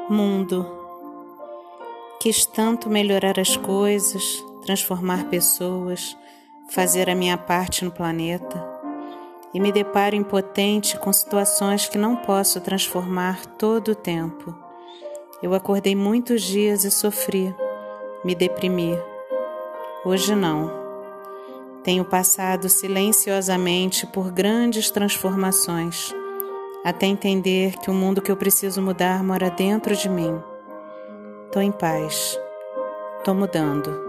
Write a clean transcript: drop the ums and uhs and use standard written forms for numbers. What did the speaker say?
Mundo, quis tanto melhorar as coisas, transformar pessoas, fazer a minha parte no planeta, e me deparo impotente com situações que não posso transformar todo o tempo. Eu acordei muitos dias e sofri, me deprimi. Hoje não. Tenho passado silenciosamente por grandes transformações, até entender que o mundo que eu preciso mudar mora dentro de mim. Tô em paz. Tô mudando.